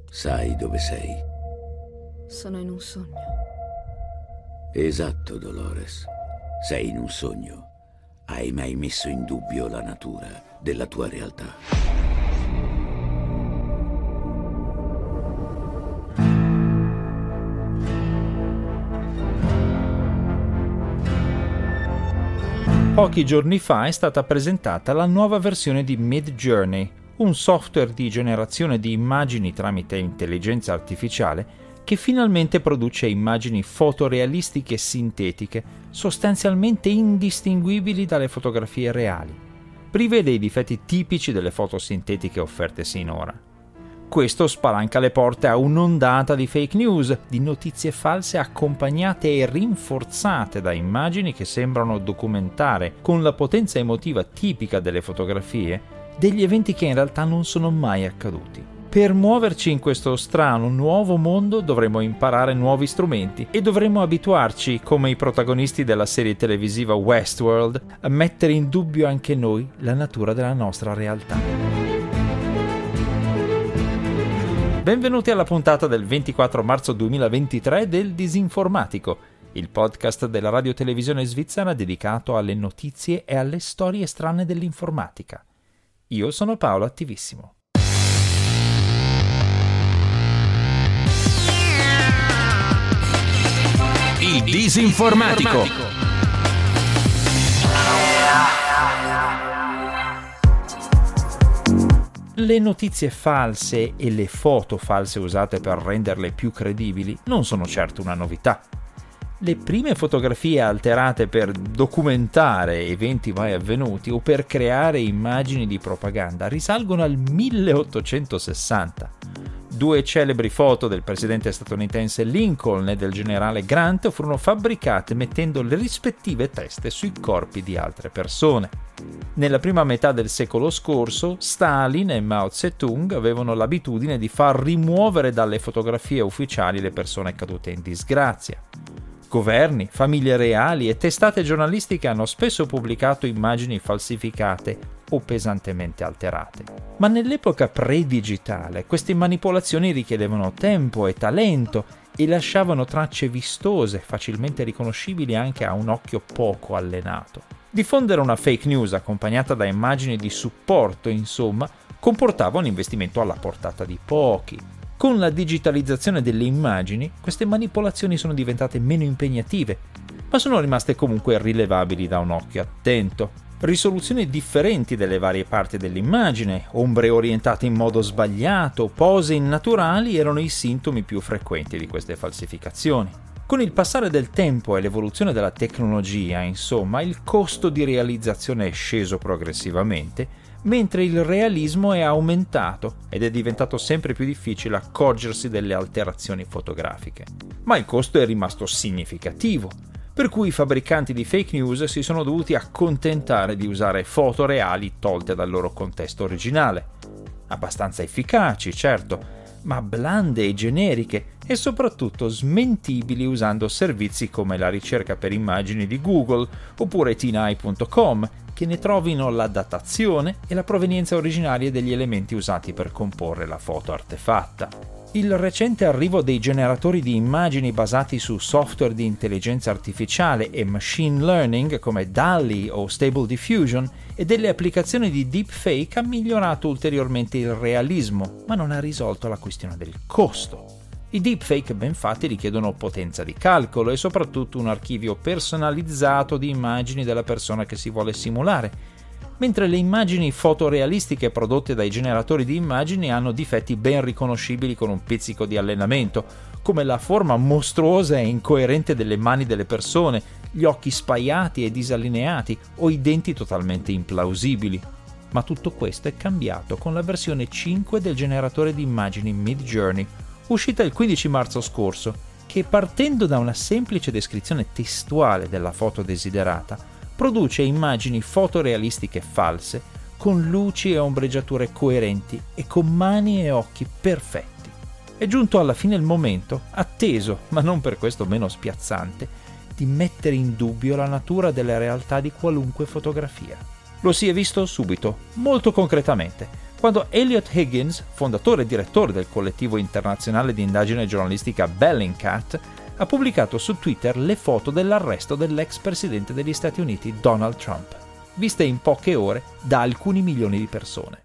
Sai dove sei? Sono in un sogno. Esatto, Dolores. Sei in un sogno. Hai mai messo in dubbio la natura della tua realtà? Pochi giorni fa è stata presentata la nuova versione di Midjourney, un software di generazione di immagini tramite intelligenza artificiale che finalmente produce immagini fotorealistiche e sintetiche, sostanzialmente indistinguibili dalle fotografie reali, prive dei difetti tipici delle foto sintetiche offerte sinora. Questo spalanca le porte a un'ondata di fake news, di notizie false accompagnate e rinforzate da immagini che sembrano documentare, con la potenza emotiva tipica delle fotografie, degli eventi che in realtà non sono mai accaduti. Per muoverci in questo strano nuovo mondo dovremo imparare nuovi strumenti e dovremo abituarci, come i protagonisti della serie televisiva Westworld, a mettere in dubbio anche noi la natura della nostra realtà. Benvenuti alla puntata del 24 marzo 2023 del Disinformatico, il podcast della radiotelevisione svizzera dedicato alle notizie e alle storie strane dell'informatica. Io sono Paolo Attivissimo. Il Disinformatico. Le notizie false e le foto false usate per renderle più credibili non sono certo una novità. Le prime fotografie alterate per documentare eventi mai avvenuti o per creare immagini di propaganda risalgono al 1860. 2 celebri foto del presidente statunitense Lincoln e del generale Grant furono fabbricate mettendo le rispettive teste sui corpi di altre persone. Nella prima metà del secolo scorso, Stalin e Mao Zedong avevano l'abitudine di far rimuovere dalle fotografie ufficiali le persone cadute in disgrazia. Governi, famiglie reali e testate giornalistiche hanno spesso pubblicato immagini falsificate o pesantemente alterate. Ma nell'epoca pre-digitale queste manipolazioni richiedevano tempo e talento e lasciavano tracce vistose, facilmente riconoscibili anche a un occhio poco allenato. Diffondere una fake news accompagnata da immagini di supporto, insomma, comportava un investimento alla portata di pochi. Con la digitalizzazione delle immagini, queste manipolazioni sono diventate meno impegnative, ma sono rimaste comunque rilevabili da un occhio attento. Risoluzioni differenti delle varie parti dell'immagine, ombre orientate in modo sbagliato, pose innaturali erano i sintomi più frequenti di queste falsificazioni. Con il passare del tempo e l'evoluzione della tecnologia, insomma, il costo di realizzazione è sceso progressivamente, mentre il realismo è aumentato ed è diventato sempre più difficile accorgersi delle alterazioni fotografiche. Ma il costo è rimasto significativo, per cui i fabbricanti di fake news si sono dovuti accontentare di usare foto reali tolte dal loro contesto originale. Abbastanza efficaci, certo, ma blande e generiche e soprattutto smentibili usando servizi come la ricerca per immagini di Google oppure tinai.com, che ne trovino la datazione e la provenienza originaria degli elementi usati per comporre la foto artefatta. Il recente arrivo dei generatori di immagini basati su software di intelligenza artificiale e machine learning come DALL-E o Stable Diffusion e delle applicazioni di deepfake ha migliorato ulteriormente il realismo, ma non ha risolto la questione del costo. I deepfake ben fatti richiedono potenza di calcolo e soprattutto un archivio personalizzato di immagini della persona che si vuole simulare, mentre le immagini fotorealistiche prodotte dai generatori di immagini hanno difetti ben riconoscibili con un pizzico di allenamento, come la forma mostruosa e incoerente delle mani delle persone, gli occhi spaiati e disallineati o i denti totalmente implausibili. Ma tutto questo è cambiato con la versione 5 del generatore di immagini Midjourney, uscita il 15 marzo scorso, che partendo da una semplice descrizione testuale della foto desiderata, produce immagini fotorealistiche false con luci e ombreggiature coerenti e con mani e occhi perfetti. È giunto alla fine il momento, atteso, ma non per questo meno spiazzante, di mettere in dubbio la natura della realtà di qualunque fotografia. Lo si è visto subito, molto concretamente, quando Elliot Higgins, fondatore e direttore del collettivo internazionale di indagine giornalistica Bellingcat, ha pubblicato su Twitter le foto dell'arresto dell'ex presidente degli Stati Uniti Donald Trump, viste in poche ore da alcuni milioni di persone.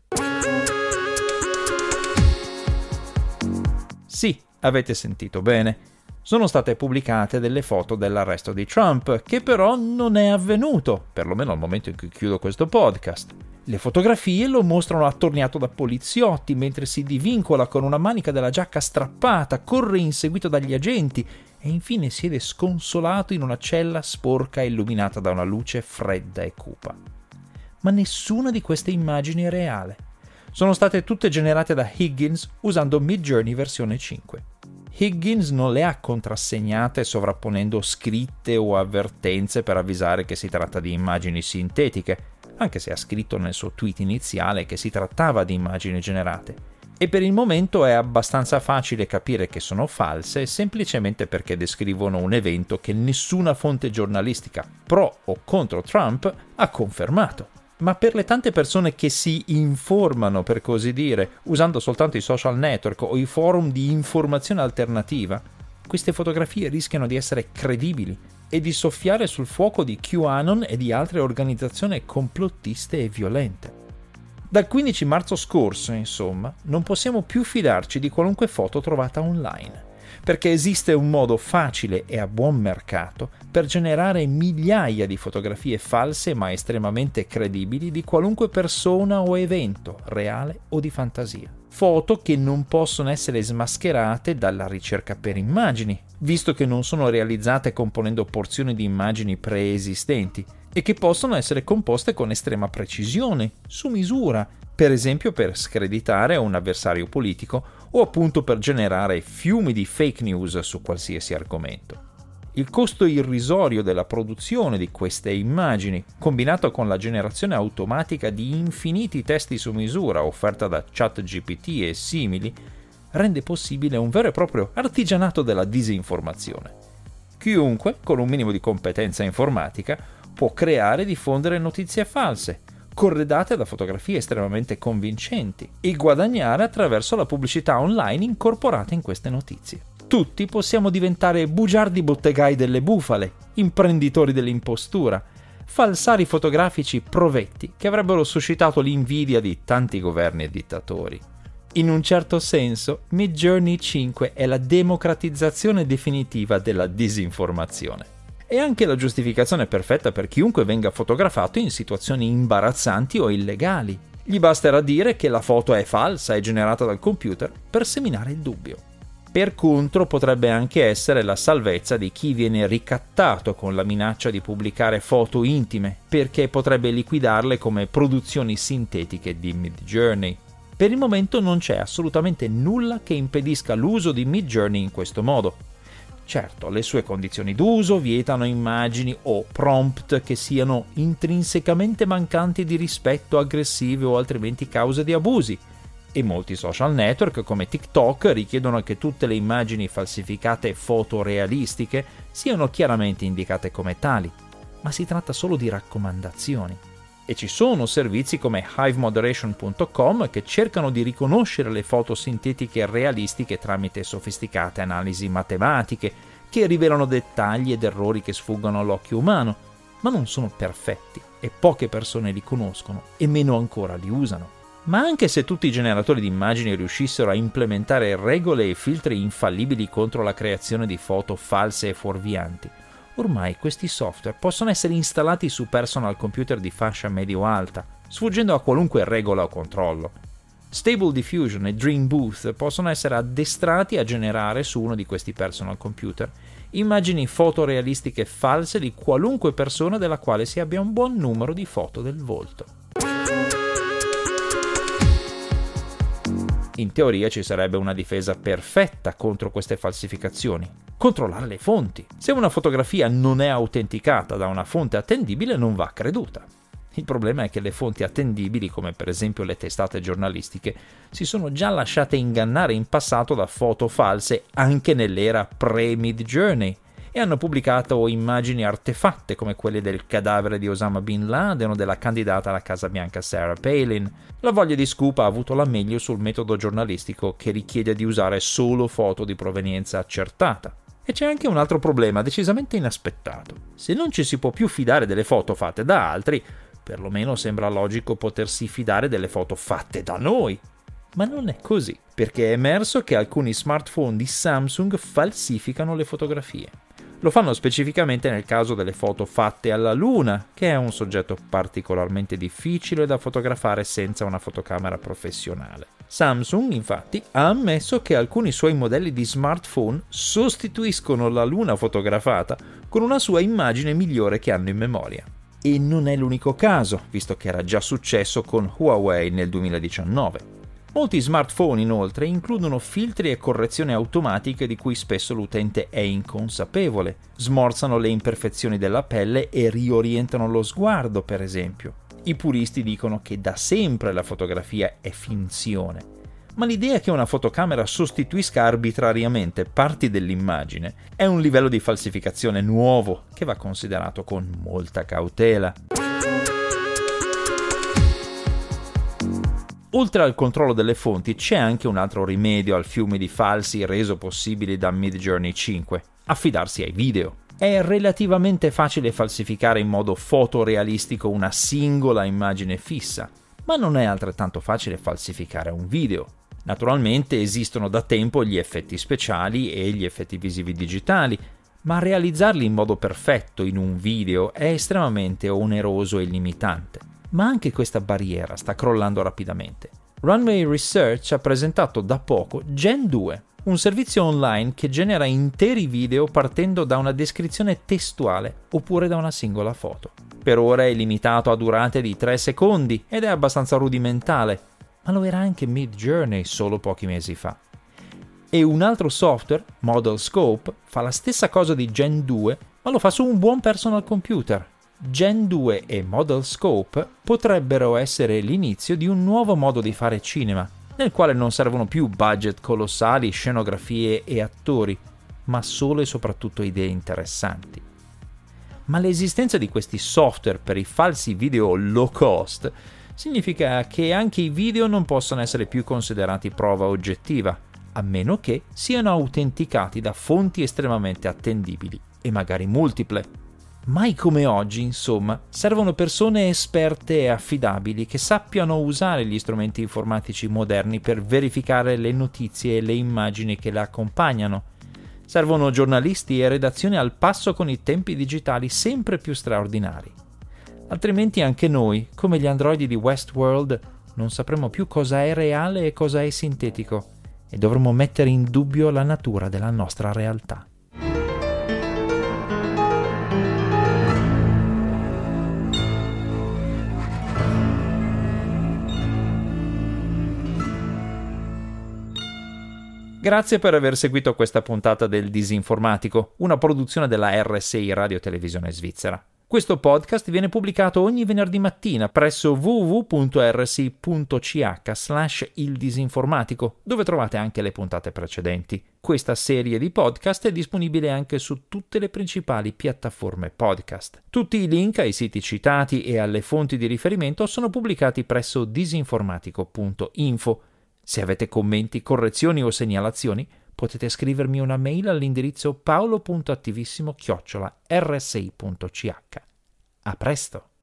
Sì, avete sentito bene. Sono state pubblicate delle foto dell'arresto di Trump, che però non è avvenuto, perlomeno al momento in cui chiudo questo podcast. Le fotografie lo mostrano attorniato da poliziotti mentre si divincola con una manica della giacca strappata, corre inseguito dagli agenti e infine siede sconsolato in una cella sporca illuminata da una luce fredda e cupa. Ma nessuna di queste immagini è reale. Sono state tutte generate da Higgins usando Midjourney versione 5. Higgins non le ha contrassegnate sovrapponendo scritte o avvertenze per avvisare che si tratta di immagini sintetiche, anche se ha scritto nel suo tweet iniziale che si trattava di immagini generate. E per il momento è abbastanza facile capire che sono false semplicemente perché descrivono un evento che nessuna fonte giornalistica pro o contro Trump ha confermato. Ma per le tante persone che si informano, per così dire, usando soltanto i social network o i forum di informazione alternativa, queste fotografie rischiano di essere credibili e di soffiare sul fuoco di QAnon e di altre organizzazioni complottiste e violente. Dal 15 marzo scorso, insomma, non possiamo più fidarci di qualunque foto trovata online, perché esiste un modo facile e a buon mercato per generare migliaia di fotografie false ma estremamente credibili di qualunque persona o evento, reale o di fantasia. Foto che non possono essere smascherate dalla ricerca per immagini, visto che non sono realizzate componendo porzioni di immagini preesistenti, e che possono essere composte con estrema precisione, su misura, per esempio per screditare un avversario politico o appunto per generare fiumi di fake news su qualsiasi argomento. Il costo irrisorio della produzione di queste immagini, combinato con la generazione automatica di infiniti testi su misura offerta da ChatGPT e simili, rende possibile un vero e proprio artigianato della disinformazione. Chiunque, con un minimo di competenza informatica, può creare e diffondere notizie false, corredate da fotografie estremamente convincenti, e guadagnare attraverso la pubblicità online incorporata in queste notizie. Tutti possiamo diventare bugiardi bottegai delle bufale, imprenditori dell'impostura, falsari fotografici provetti che avrebbero suscitato l'invidia di tanti governi e dittatori. In un certo senso, Midjourney 5 è la democratizzazione definitiva della disinformazione. È anche la giustificazione perfetta per chiunque venga fotografato in situazioni imbarazzanti o illegali. Gli basterà dire che la foto è falsa e generata dal computer per seminare il dubbio. Per contro, potrebbe anche essere la salvezza di chi viene ricattato con la minaccia di pubblicare foto intime, perché potrebbe liquidarle come produzioni sintetiche di Midjourney. Per il momento non c'è assolutamente nulla che impedisca l'uso di Midjourney in questo modo. Certo, le sue condizioni d'uso vietano immagini o prompt che siano intrinsecamente mancanti di rispetto, aggressive o altrimenti cause di abusi, e molti social network come TikTok richiedono che tutte le immagini falsificate fotorealistiche siano chiaramente indicate come tali, ma si tratta solo di raccomandazioni. E ci sono servizi come hivemoderation.com che cercano di riconoscere le foto sintetiche realistiche tramite sofisticate analisi matematiche che rivelano dettagli ed errori che sfuggono all'occhio umano, ma non sono perfetti e poche persone li conoscono e meno ancora li usano. Ma anche se tutti i generatori di immagini riuscissero a implementare regole e filtri infallibili contro la creazione di foto false e fuorvianti, ormai questi software possono essere installati su personal computer di fascia medio-alta, sfuggendo a qualunque regola o controllo. Stable Diffusion e Dream Booth possono essere addestrati a generare su uno di questi personal computer immagini fotorealistiche false di qualunque persona della quale si abbia un buon numero di foto del volto. In teoria ci sarebbe una difesa perfetta contro queste falsificazioni. Controllare le fonti. Se una fotografia non è autenticata da una fonte attendibile non va creduta. Il problema è che le fonti attendibili, come per esempio le testate giornalistiche, si sono già lasciate ingannare in passato da foto false anche nell'era pre-Midjourney e hanno pubblicato immagini artefatte come quelle del cadavere di Osama Bin Laden o della candidata alla Casa Bianca Sarah Palin. La voglia di scoop ha avuto la meglio sul metodo giornalistico che richiede di usare solo foto di provenienza accertata. E c'è anche un altro problema decisamente inaspettato. Se non ci si può più fidare delle foto fatte da altri, perlomeno sembra logico potersi fidare delle foto fatte da noi. Ma non è così, perché è emerso che alcuni smartphone di Samsung falsificano le fotografie. Lo fanno specificamente nel caso delle foto fatte alla Luna, che è un soggetto particolarmente difficile da fotografare senza una fotocamera professionale. Samsung, infatti, ha ammesso che alcuni suoi modelli di smartphone sostituiscono la Luna fotografata con una sua immagine migliore che hanno in memoria. E non è l'unico caso, visto che era già successo con Huawei nel 2019. Molti smartphone, inoltre, includono filtri e correzioni automatiche di cui spesso l'utente è inconsapevole. Smorzano le imperfezioni della pelle e riorientano lo sguardo, per esempio. I puristi dicono che da sempre la fotografia è finzione, ma l'idea che una fotocamera sostituisca arbitrariamente parti dell'immagine è un livello di falsificazione nuovo che va considerato con molta cautela. Oltre al controllo delle fonti c'è anche un altro rimedio al fiume di falsi reso possibile da Midjourney 5: affidarsi ai video. È relativamente facile falsificare in modo fotorealistico una singola immagine fissa, ma non è altrettanto facile falsificare un video. Naturalmente esistono da tempo gli effetti speciali e gli effetti visivi digitali, ma realizzarli in modo perfetto in un video è estremamente oneroso e limitante. Ma anche questa barriera sta crollando rapidamente. Runway Research ha presentato da poco Gen 2, un servizio online che genera interi video partendo da una descrizione testuale oppure da una singola foto. Per ora è limitato a durate di 3 secondi ed è abbastanza rudimentale, ma lo era anche Midjourney solo pochi mesi fa. E un altro software, Model Scope, fa la stessa cosa di Gen 2, ma lo fa su un buon personal computer. Gen 2 e Model Scope potrebbero essere l'inizio di un nuovo modo di fare cinema, nel quale non servono più budget colossali, scenografie e attori, ma solo e soprattutto idee interessanti. Ma l'esistenza di questi software per i falsi video low cost significa che anche i video non possono essere più considerati prova oggettiva, a meno che siano autenticati da fonti estremamente attendibili e magari multiple. Mai come oggi, insomma, servono persone esperte e affidabili che sappiano usare gli strumenti informatici moderni per verificare le notizie e le immagini che le accompagnano. Servono giornalisti e redazioni al passo con i tempi digitali sempre più straordinari. Altrimenti anche noi, come gli androidi di Westworld, non sapremo più cosa è reale e cosa è sintetico e dovremo mettere in dubbio la natura della nostra realtà. Grazie per aver seguito questa puntata del Disinformatico, una produzione della RSI Radio Televisione Svizzera. Questo podcast viene pubblicato ogni venerdì mattina presso www.rsi.ch/ildisinformatico, dove trovate anche le puntate precedenti. Questa serie di podcast è disponibile anche su tutte le principali piattaforme podcast. Tutti i link ai siti citati e alle fonti di riferimento sono pubblicati presso disinformatico.info. Se avete commenti, correzioni o segnalazioni, potete scrivermi una mail all'indirizzo paolo.attivissimo@rsi.ch. A presto!